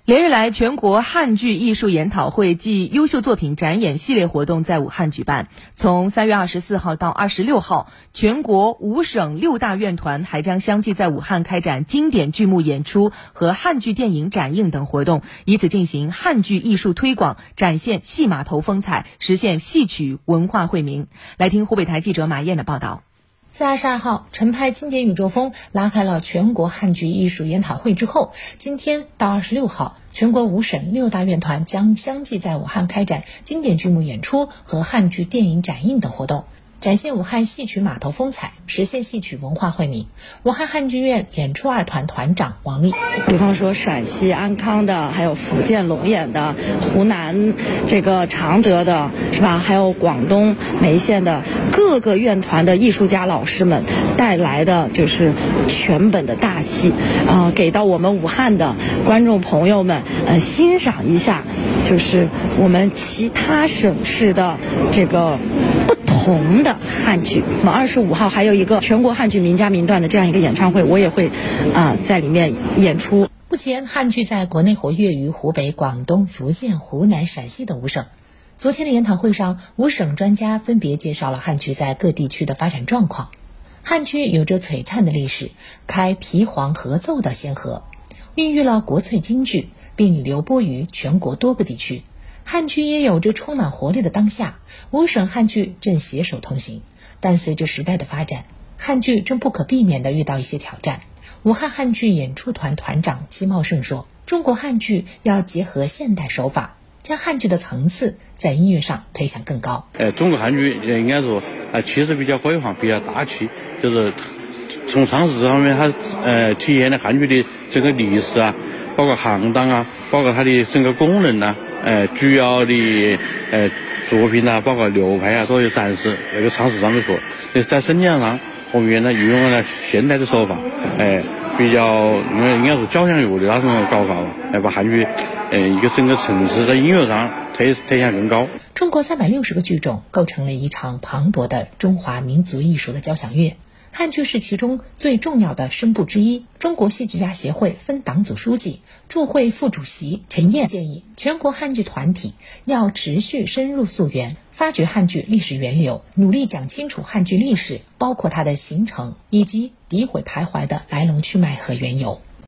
连日来，全国汉剧艺术研讨会暨优秀作品展演系列活动在武汉举办。从3月24号到26号，全国5省6大院团还将相继在武汉开展经典剧目演出和汉剧电影展映等活动，以此进行汉剧艺术推广，展现戏码头风采，实现戏曲文化惠民。来听湖北台记者马燕的报道。 4月22号，陈派经典宇宙风拉开了全国汉剧艺术研讨会之后，今天到26号，全国5省6大院团将相继在武汉开展经典剧目演出和汉剧电影展映等活动，展现武汉戏曲码头风采，实现戏曲文化惠民。武汉汉剧院演出2团团长王丽， 比方说陕西安康的，还有福建龙岩的，湖南这个常德的，是吧？还有广东梅县的各个院团的艺术家老师们带来的就是全本的大戏，给到我们武汉的观众朋友们欣赏一下，就是我们其他省市的这个不同的汉剧。我们25号还有一个全国汉剧名家名段的这样一个演唱会，我也会在里面演出。 目前汉剧在国内活跃于湖北、广东、福建、湖南、陕西等5省。昨天的研讨会上，5省专家分别介绍了汉剧在各地区的发展状况。汉剧有着璀璨的历史，开皮黄合奏的先河，孕育了国粹京剧，并流播于全国多个地区。汉剧也有着充满活力的当下，5省汉剧正携手同行。但随着时代的发展，汉剧正不可避免地遇到一些挑战。武汉汉剧演出团团长戚茂盛说，中国汉剧要结合现代手法，将汉剧的层次在音乐上推向更高。 中国汉剧应该说气势比较恢宏，比较大气，就是从唱词方面，它体现了汉剧的整个历史啊，包括行当啊，包括它的整个功能啊，主要的作品啊，包括流派啊，都有展示。那个唱词上面说，在声响上，我们原来运用了现代的手法，比较应该说交响乐的那种搞法吧，把汉剧一个整个层次在音乐上推向更高。 中国360个剧种构成了一场磅礴的中华民族艺术的交响乐，汉剧是其中最重要的声部之一。中国戏剧家协会分党组书记、驻会副主席陈燕建议，全国汉剧团体要持续深入溯源，发掘汉剧历史源流，努力讲清楚汉剧历史，包括它的形成以及诋毁徘徊的来龙去脉和缘由。